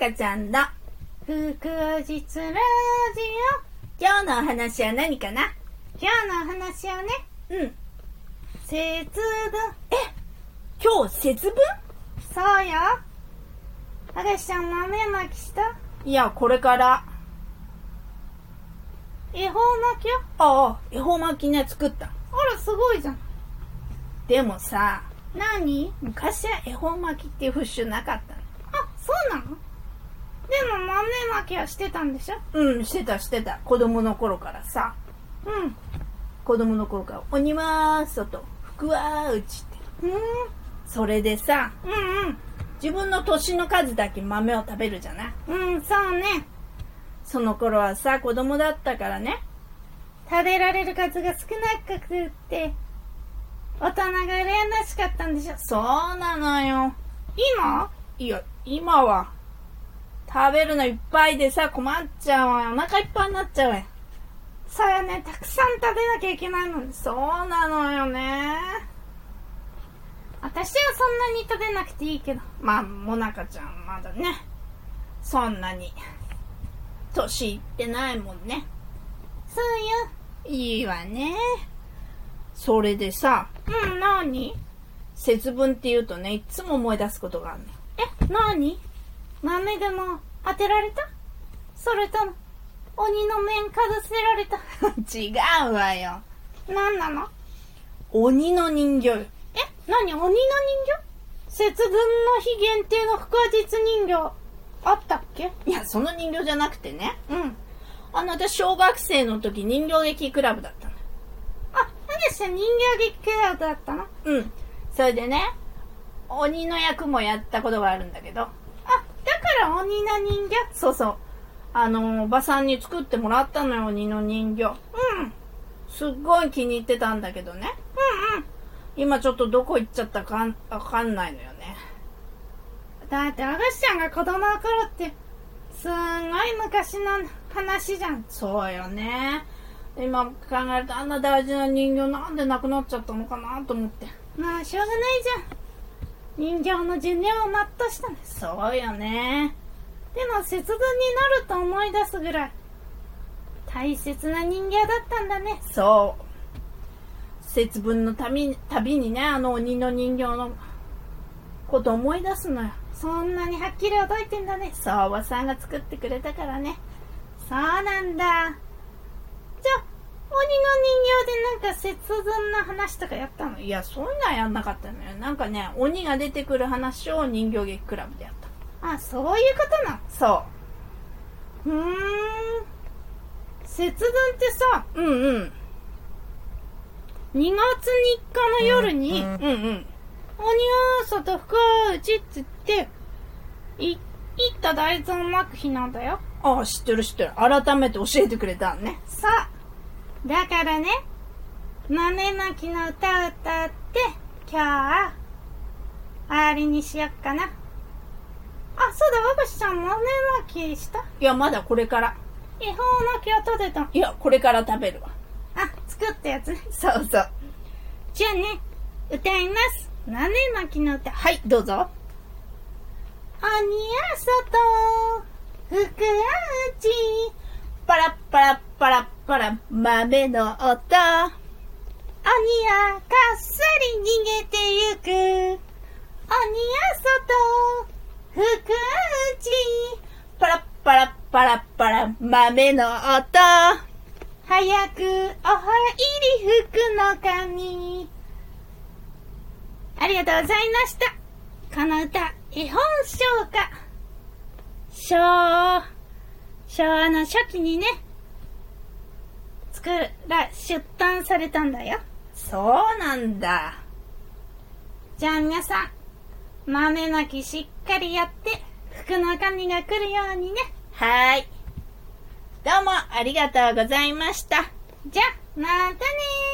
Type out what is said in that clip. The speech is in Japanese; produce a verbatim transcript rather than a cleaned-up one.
かちゃんの福お実ラジ今日のお話は何かな？ オ。今日のお話はね、 うん節分。 え、今日節分？ そうよ。あがしちゃん豆まきした？ いや、これから恵方巻きよ。 ああ、恵方巻きね、作った。 あら、すごいじゃん。 でもさ、 何？ 昔は恵方巻きっていう風習なかったの。 あ、そうなの？でも豆まきはしてたんでしょ？ うん、してたしてた。子供の頃からさ。 うん。 子供の頃から鬼は外、福は内って。 うん。 それでさ、 うん自分の年の数だけ豆を食べるじゃない？ うん。うん、そうね。 その頃はさ、子供だったからね。 食べられる数が少なくって大人が羨ましかったんでしょ？ そうなのよ。 今？ いや、今は食べるのいっぱいでさ、困っちゃうわよ。お腹いっぱいになっちゃうわよ。 そうよね。たくさん食べなきゃいけないのに。 そうなのよね。 私はそんなに食べなくていいけど。 まあ、もなかちゃんまだね、そんなに年いってないもんね。 そうよ。 いいわね。それでさ、 うん、なに？ 節分って言うとね、いつも思い出すことがあるのよ。 え、なに？豆でも当てられた？それとも鬼の面かぶせられた？ 違うわよ。 なんなの？ 鬼の人形よ。 え、なに？鬼の人形？節分の日限定の腹話実人形あったっけ？ いや、その人形じゃなくてね。 うん。 あの、私小学生の時人形劇クラブだったの。 あ、何でした？人形劇クラブだったの？ うん。それでね、鬼の役もやったことがあるんだけど。 あ、だから鬼の人形？ そうそう。あの、おばさんに作ってもらったのよ、鬼の人形。 うん。 すっごい気に入ってたんだけどね。 うんうん。 今ちょっとどこ行っちゃったかんわかんないのよね。 だってあがしちゃんが子供の頃ってすんごい昔の話じゃん。 そうよね。今考えるとあんな大事な人形なんでなくなっちゃったのかなと思って。 まあしょうがないじゃん。人形の寿命を全うしたんです。 そうよね。 でも節分になると思い出すぐらい大切な人形だったんだね。 そう。節分のたびたびにね、あの鬼の人形のこと思い出すのよ。 そんなにはっきり覚えてんだね。 そう、おばさんが作ってくれたからね。 そうなんだ。じゃあ鬼の人形でなんか節分の話とかやったの？ いや、そういうのはやんなかったのよ。なんかね、鬼が出てくる話を人形劇クラブでやった。 あ、そういうことなの？ そう。うーん。節分ってさ、 う。うんうん。 にがつみっかの夜に、 うんうん。 鬼は外福は内って言って、い、いった大豆をまく日なんだよ。 ああ、知ってる知ってる。改めて教えてくれたんね。 さあ、だからね、豆まきの歌を歌って、今日は、終わりにしよっかな。あ、そうだ、わがしちゃん豆まきした？ いや、まだこれから。 恵方巻きは食べた？ いや、これから食べるわ。 あ、作ったやつね。 そうそう。 じゃあね、歌います。豆まきの歌。 はい、どうぞ。 鬼は外、福は内。 パラッパラッパラッパラ、豆の音。 鬼はかっさり逃げてゆく。鬼は外、福は内。 パラッパラッパラッパラ、豆の音。 早くお入り福の神。ありがとうございました。この歌、絵本唱歌。昭和、昭和の初期にね、作ら、出版されたんだよ。 そうなんだ。 じゃあ皆さん、豆まきしっかりやって、福の神が来るようにね。 はーい。どうもありがとうございました。 じゃあ、またねー。